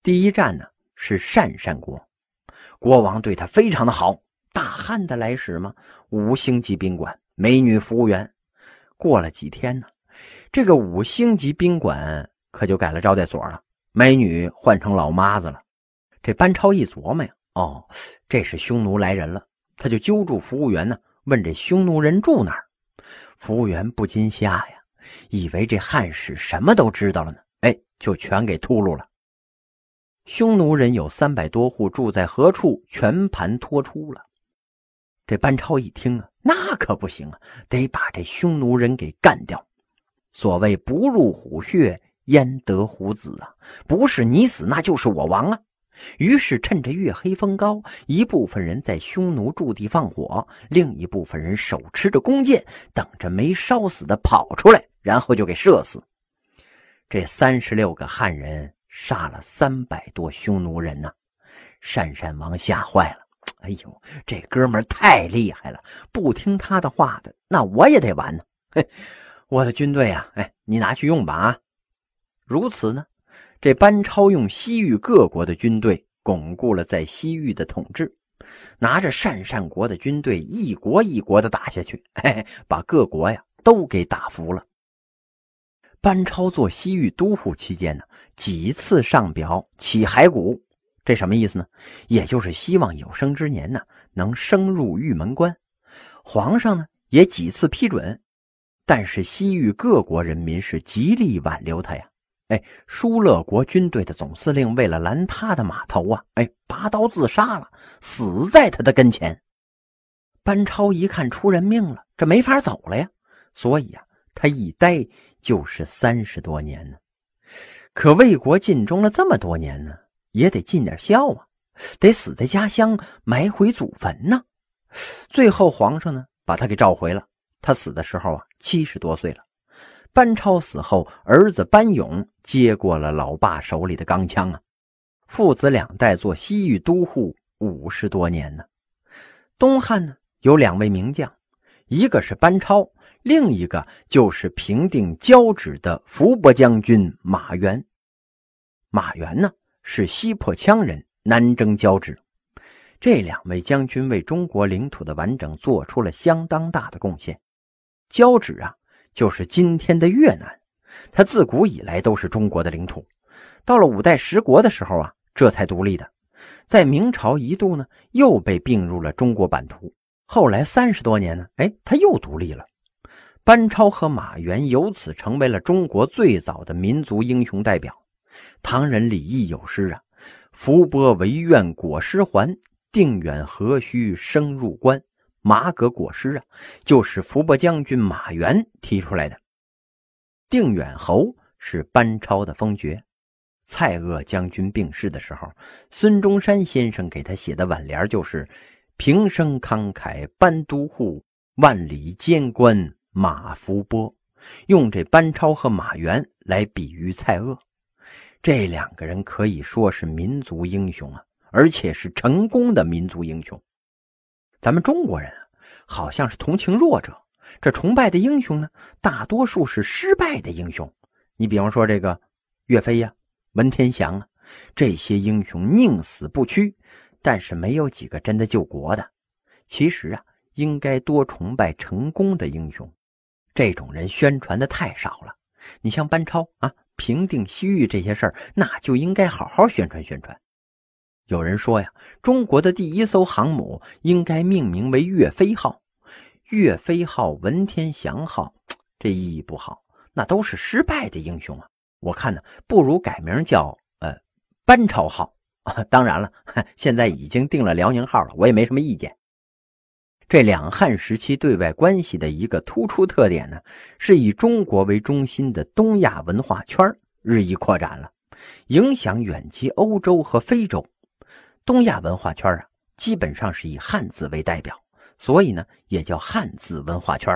第一站呢是鄯善国，国王对他非常的好，大汉的来使嘛，5星级宾馆，美女服务员。过了几天呢，这个5星级宾馆可就改了招待所了，美女换成老妈子了。这班超一琢磨呀，这是匈奴来人了，他就揪住服务员呢，问这匈奴人住哪儿。服务员不禁吓呀，以为这汉使什么都知道了呢，就全给秃噜了。匈奴人有300多户，住在何处全盘托出了。这班超一听啊，那可不行啊，得把这匈奴人给干掉。所谓不入虎穴，焉得虎子啊，不是你死，那就是我亡啊。于是趁着月黑风高，一部分人在匈奴驻地放火，另一部分人手持着弓箭，等着没烧死的跑出来，然后就给射死。这36个汉人杀了300多匈奴人呢。鄯善王吓坏了，哎呦，这哥们儿太厉害了，不听他的话的，那我也得完呢。我的军队啊，你拿去用吧啊。如此呢，这班超用西域各国的军队巩固了在西域的统治，拿着鄯善国的军队一国一国的打下去，把各国呀都给打服了。班超做西域都护期间呢，几次上表起骸骨，这什么意思呢？也就是希望有生之年呢能升入玉门关。皇上呢也几次批准，但是西域各国人民是极力挽留他呀。疏勒国军队的总司令为了拦他的码头啊，拔刀自杀了，死在他的跟前。班超一看出人命了，这没法走了呀，所以啊，他一待就是30多年呢。可为国尽忠了这么多年呢，也得尽点孝啊，得死在家乡，埋回祖坟呢。最后皇上呢把他给召回了，他死的时候啊70多岁了。班超死后，儿子班勇接过了老爸手里的钢枪啊，父子2代做西域都护50多年呢。东汉呢有2位名将，一个是班超，另一个就是平定交趾的伏波将军马援。马援呢是西破羌人，南征交趾。这2位将军为中国领土的完整做出了相当大的贡献。交趾啊就是今天的越南，它自古以来都是中国的领土，到了5代十国的时候啊，这才独立的。在明朝一度呢，又被并入了中国版图，后来30多年呢，它又独立了。班超和马援由此成为了中国最早的民族英雄代表。唐人李益有诗啊，伏波惟愿裹尸还，定远何须生入关。马革裹尸啊，就是伏波将军马援提出来的。定远侯是班超的封爵。蔡锷将军病逝的时候，孙中山先生给他写的挽联就是平生慷慨班都护，万里监关马伏波，用这班超和马援来比喻蔡锷。这2个人可以说是民族英雄啊，而且是成功的民族英雄。咱们中国人啊，好像是同情弱者，这崇拜的英雄呢，大多数是失败的英雄。你比方说这个岳飞呀、文天祥啊，这些英雄宁死不屈，但是没有几个真的救国的。其实啊，应该多崇拜成功的英雄，这种人宣传的太少了。你像班超啊，平定西域这些事儿，那就应该好好宣传宣传。有人说呀，中国的第1艘航母应该命名为岳飞号。岳飞号、文天祥号，这意义不好，那都是失败的英雄啊。我看呢，不如改名叫班超号啊。当然了，现在已经定了辽宁号了，我也没什么意见。这2汉时期对外关系的一个突出特点呢，是以中国为中心的东亚文化圈日益扩展了，影响远及欧洲和非洲。东亚文化圈啊，基本上是以汉字为代表，所以呢，也叫汉字文化圈。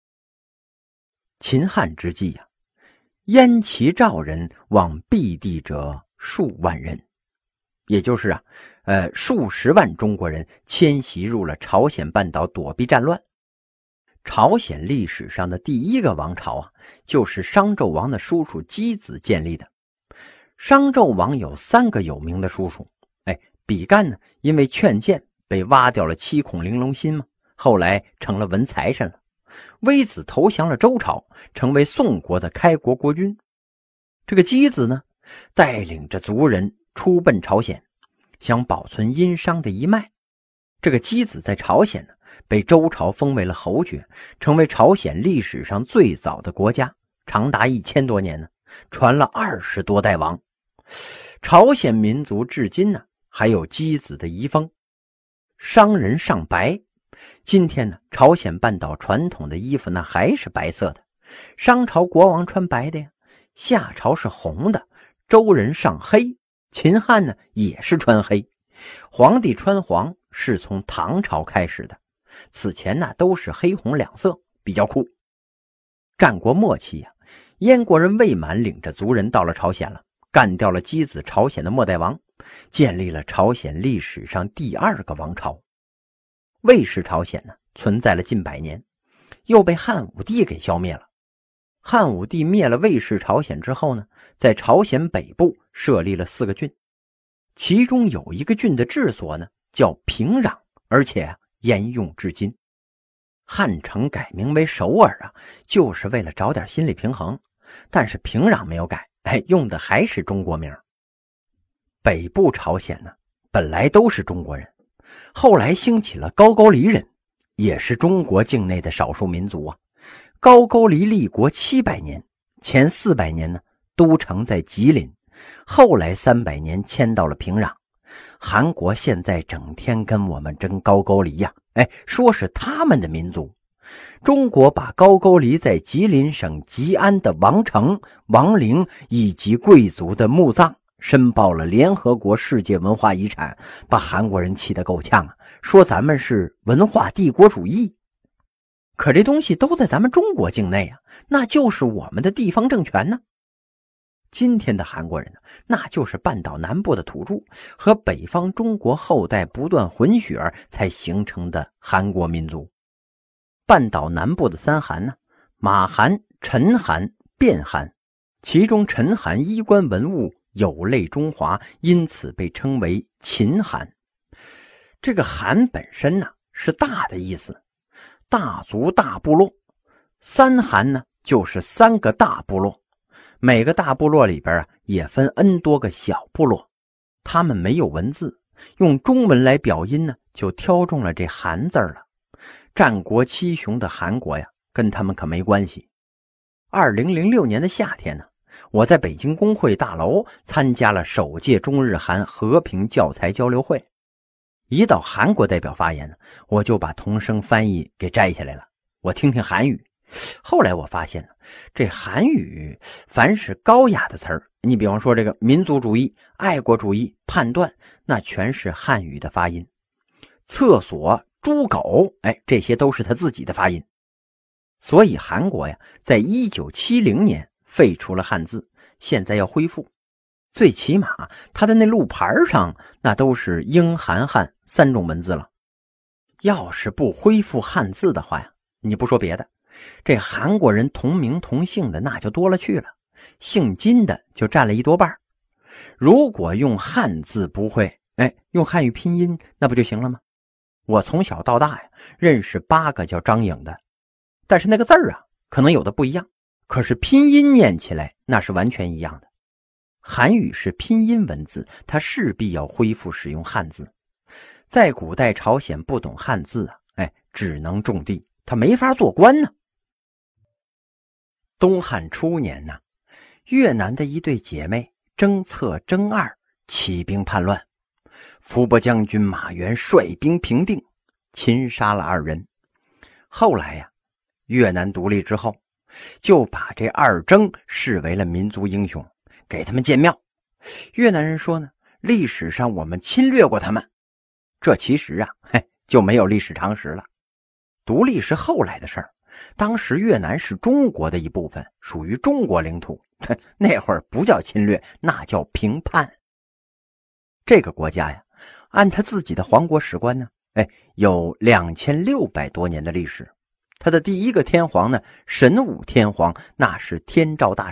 秦汉之际啊，燕齐赵人往避地者数万人，也就是啊，数十万中国人迁徙入了朝鲜半岛躲避战乱。朝鲜历史上的第1个王朝啊，就是商纣王的叔叔箕子建立的。 商纣王有3个有名的叔叔，比干呢，因为劝谏被挖掉了7孔玲珑心嘛，后来成了文财神了。微子投降了周朝，成为宋国的开国国君。这个箕子呢，带领着族人出奔朝鲜，想保存殷商的一脉。这个箕子在朝鲜呢，被周朝封为了侯爵，成为朝鲜历史上最早的国家，长达1000多年呢，传了20多代王。朝鲜民族至今呢，还有箕子的遗风。商人上白，今天呢，朝鲜半岛传统的衣服那还是白色的，商朝国王穿白的呀，夏朝是红的，周人上黑，秦汉呢也是穿黑，皇帝穿黄是从唐朝开始的，此前呢都是黑红两色，比较酷。战国末期啊，燕国人魏满领着族人到了朝鲜了，干掉了箕子朝鲜的末代王，建立了朝鲜历史上第2个王朝。魏氏朝鲜呢，存在了近100年，又被汉武帝给消灭了。汉武帝灭了魏氏朝鲜之后呢，在朝鲜北部设立了4个郡，其中有一个郡的治所呢叫平壤，而且沿用至今。汉城改名为首尔啊，就是为了找点心理平衡，但是平壤没有改，用的还是中国名。北部朝鲜呢，本来都是中国人，后来兴起了高句丽人，也是中国境内的少数民族啊。高句丽立国700年，前400年呢，都城在吉林，后来300年迁到了平壤。韩国现在整天跟我们争高句丽呀，说是他们的民族。中国把高句丽在吉林省吉安的王城、王陵以及贵族的墓葬申报了联合国世界文化遗产，把韩国人气得够呛啊，说咱们是文化帝国主义。可这东西都在咱们中国境内啊，那就是我们的地方政权呢。今天的韩国人呢，那就是半岛南部的土著和北方中国后代不断混血才形成的韩国民族。半岛南部的3韩呢，马韩、陈韩、卞韩，其中陈韩衣冠文物有类中华，因此被称为秦韩。这个韩本身呢是大的意思，大族大部落。3韩呢就是3个大部落，每个大部落里边也分 N 多个小部落，他们没有文字，用中文来表音呢，就挑中了这韩字了。战国七雄的韩国呀，跟他们可没关系。2006年的夏天呢，我在北京工会大楼参加了首届中日韩和平教材交流会。一到韩国代表发言呢，我就把同声翻译给摘下来了，我听听韩语。后来我发现呢，这韩语凡是高雅的词儿，你比方说这个民族主义、爱国主义、判断，那全是汉语的发音。厕所、猪狗，这些都是他自己的发音。所以韩国呀，在1970年废除了汉字，现在要恢复。最起码他的那路牌上那都是英韩汉3种文字了。要是不恢复汉字的话呀，你不说别的，这韩国人同名同姓的那就多了去了，姓金的就占了1多半。如果用汉字不会，用汉语拼音那不就行了吗？我从小到大呀，认识8个叫张颖的，但是那个字啊，可能有的不一样，可是拼音念起来那是完全一样的。韩语是拼音文字，它势必要恢复使用汉字。在古代朝鲜不懂汉字啊，只能种地，他没法做官呢。东汉初年呢，越南的一对姐妹征策、征二起兵叛乱，伏波将军马援率兵平定，擒杀了2人。后来呀，越南独立之后，就把这2征视为了民族英雄，给他们建庙。越南人说呢，历史上我们侵略过他们。这其实啊，就没有历史常识了。独立是后来的事儿，当时越南是中国的一部分，属于中国领土，那会儿不叫侵略，那叫平叛。这个国家呀，按他自己的皇国史观呢，有2600多年的历史。他的第一个天皇呢，神武天皇，那是天照大神，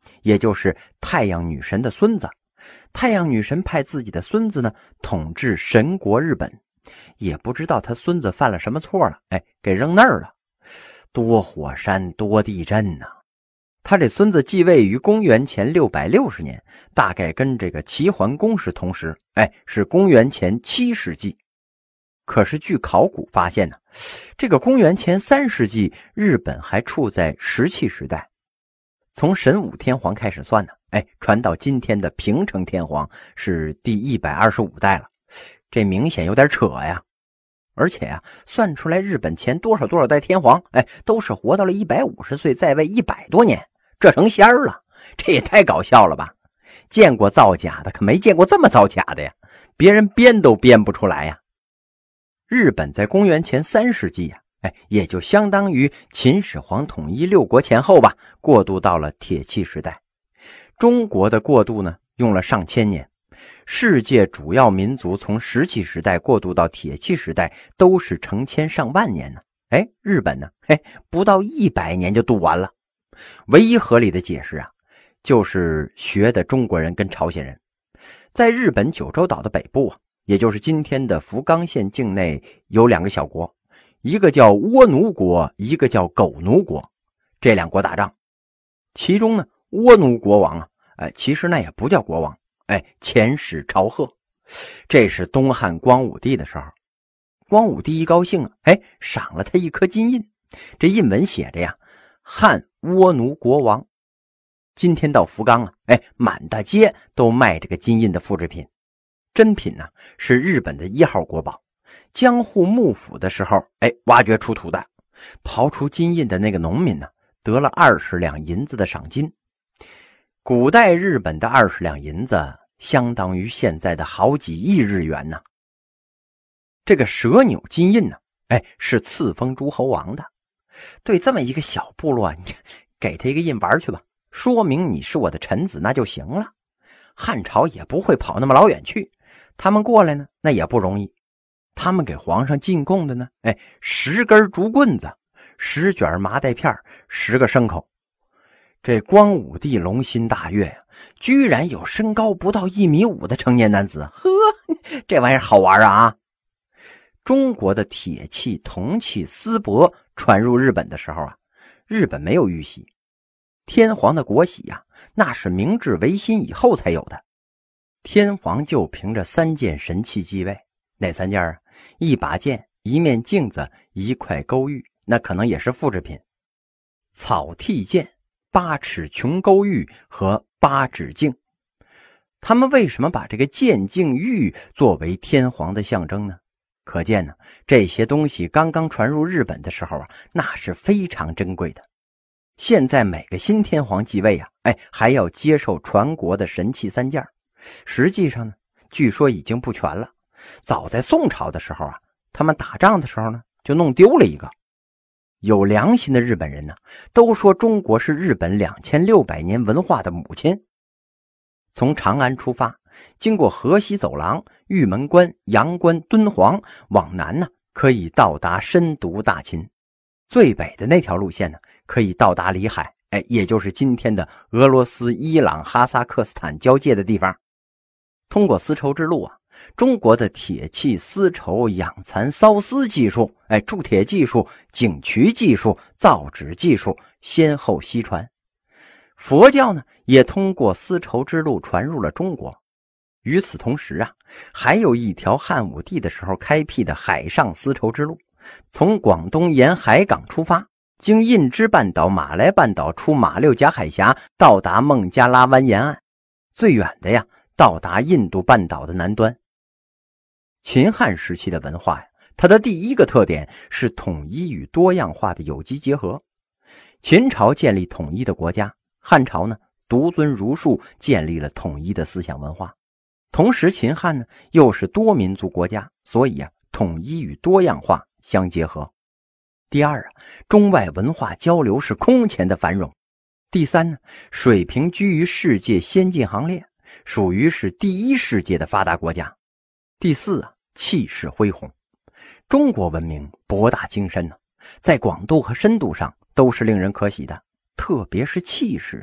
也就是太阳女神的孙子。太阳女神派自己的孙子呢统治神国日本，也不知道他孙子犯了什么错了，给扔那儿了。多火山多地震呐！他这孙子继位于公元前660年，大概跟这个齐桓公是同时，是公元前7世纪。可是据考古发现呢，这个公元前3世纪日本还处在石器时代。从神武天皇开始算呢，传到今天的平成天皇是第125代了，这明显有点扯呀。而且啊，算出来日本前多少代天皇，都是活到了150岁，在位100多年，这成仙儿了，这也太搞笑了吧！见过造假的，可没见过这么造假的呀，别人编都编不出来呀。日本在公元前3世纪呀，也就相当于秦始皇统一6国前后吧，过渡到了铁器时代。中国的过渡呢，用了上千年。世界主要民族从石器时代过渡到铁器时代都是成千上万年呢。日本呢，不到100年就渡完了。唯一合理的解释啊，就是学的中国人跟朝鲜人。在日本九州岛的北部啊，也就是今天的福冈县境内有2个小国，一个叫倭奴国，一个叫狗奴国。这2国打仗，其中呢，倭奴国王啊，其实那也不叫国王，遣使朝贺。这是东汉光武帝的时候，光武帝一高兴啊，赏了他一颗金印，这印文写着呀，汉倭奴国王。今天到福冈啊，满大街都卖这个金印的复制品。真品呢，是日本的1号国宝。江户幕府的时候，挖掘出土的，刨出金印的那个农民呢，得了20两银子的赏金。古代日本的20两银子相当于现在的好几亿日元呢。这个蛇钮金印呢，是赐封诸侯王的。对这么一个小部落，你给他一个印玩去吧，说明你是我的臣子，那就行了。汉朝也不会跑那么老远去，他们过来呢，那也不容易。他们给皇上进贡的呢，10根竹棍子，10卷麻袋片，10个牲口。这光武帝龙心大悦呀，居然有身高不到1.5米的成年男子，呵，这玩意儿好玩啊！中国的铁器、铜器、丝帛传入日本的时候啊，日本没有玉玺，天皇的国玺啊，那是明治维新以后才有的。天皇就凭着3件神器继位，哪3件啊？一把剑，一面镜子，一块勾玉，那可能也是复制品。草剃剑、8尺琼勾玉和8指镜。他们为什么把这个剑、镜、玉作为天皇的象征呢？可见呢，这些东西刚刚传入日本的时候啊，那是非常珍贵的。现在每个新天皇继位啊，还要接受传国的神器3件。实际上呢，据说已经不全了。早在宋朝的时候啊，他们打仗的时候呢，就弄丢了一个。有良心的日本人呢，都说中国是日本2600年文化的母亲。从长安出发，经过河西走廊、玉门关、阳关、敦煌，往南呢，可以到达深毒大秦。最北的那条路线呢，可以到达里海，也就是今天的俄罗斯、伊朗、哈萨克斯坦交界的地方。通过丝绸之路啊，中国的铁器、丝绸、养蚕、缫丝技术，铸铁技术、景渠技术、造纸技术先后西传。佛教呢，也通过丝绸之路传入了中国。与此同时啊，还有一条汉武帝的时候开辟的海上丝绸之路，从广东沿海港出发，经印支半岛、马来半岛出马六甲海峡，到达孟加拉湾沿岸，最远的呀，到达印度半岛的南端。秦汉时期的文化呀，它的第一个特点是统一与多样化的有机结合。秦朝建立统一的国家，汉朝呢独尊儒术，建立了统一的思想文化。同时秦汉呢又是多民族国家，所以啊统一与多样化相结合。第二啊，中外文化交流是空前的繁荣。第三呢，水平居于世界先进行列，属于是第一世界的发达国家。第四啊，气势恢宏。中国文明博大精深呢，在广度和深度上都是令人可喜的，特别是气势啊。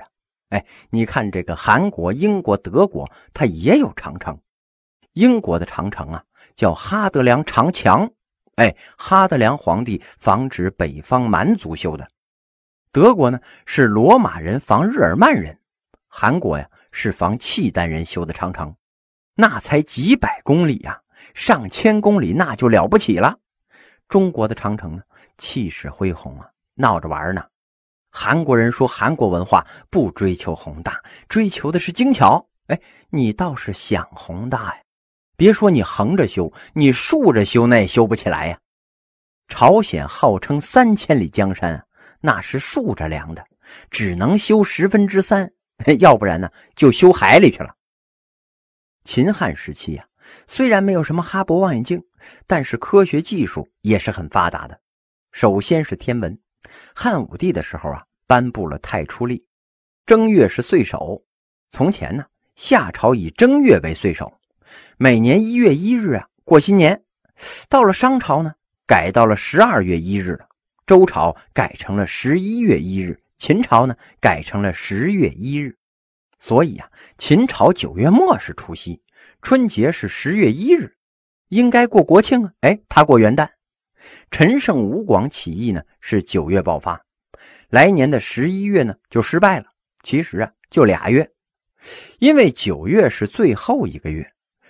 你看这个韩国、英国、德国，它也有长城。英国的长城啊，叫哈德良长墙，哈德良皇帝防止北方蛮族修的。德国呢，是罗马人防日耳曼人。韩国呀，是防契丹人修的长城。那才几百公里啊，上千公里那就了不起了。中国的长城呢，气势恢宏啊，闹着玩呢。韩国人说韩国文化不追求宏大，追求的是精巧。你倒是想宏大呀，别说你横着修，你竖着修那也修不起来呀。朝鲜号称3000里江山啊，那是竖着量的，只能修3/10，要不然呢就修海里去了。秦汉时期啊，虽然没有什么哈勃望远镜，但是科学技术也是很发达的。首先是天文，汉武帝的时候啊，颁布了太初历，正月是岁首。从前呢，夏朝以正月为岁首，每年1月1日啊过新年。到了商朝呢，改到了12月1日了，周朝改成了11月1日，秦朝呢改成了10月1日。所以啊，秦朝9月末是除夕，春节是10月1日，应该过国庆啊，他过元旦。陈胜吴广起义呢是9月爆发，来年的11月呢就失败了。其实啊，就2月，因为9月是最后一个月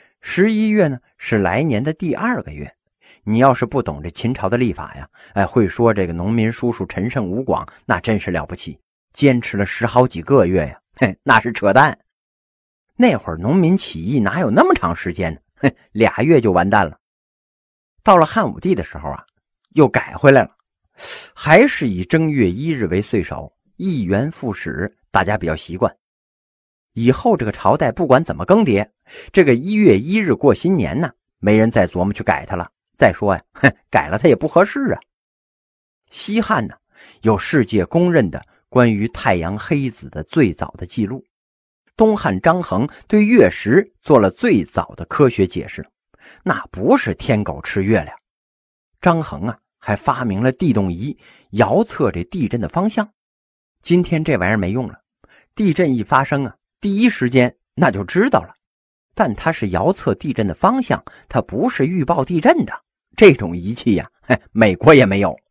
，11月呢是来年的第2个月。你要是不懂这秦朝的历法呀，会说这个农民叔叔陈胜吴广那真是了不起，坚持了10好几个月呀，那是扯淡。那会儿农民起义哪有那么长时间呢？2月就完蛋了。到了汉武帝的时候啊，又改回来了，还是以正月1日为岁首，一元复始，大家比较习惯。以后这个朝代不管怎么更迭，这个1月1日过新年呢，没人再琢磨去改它了。再说呀，改了它也不合适啊。西汉呢，有世界公认的关于太阳黑子的最早的记录。东汉张衡对月食做了最早的科学解释，那不是天狗吃月亮。张衡啊，还发明了地动仪，遥测这地震的方向。今天这玩意儿没用了，地震一发生啊，第一时间那就知道了。但它是遥测地震的方向，它不是预报地震的。这种仪器呀，美国也没有。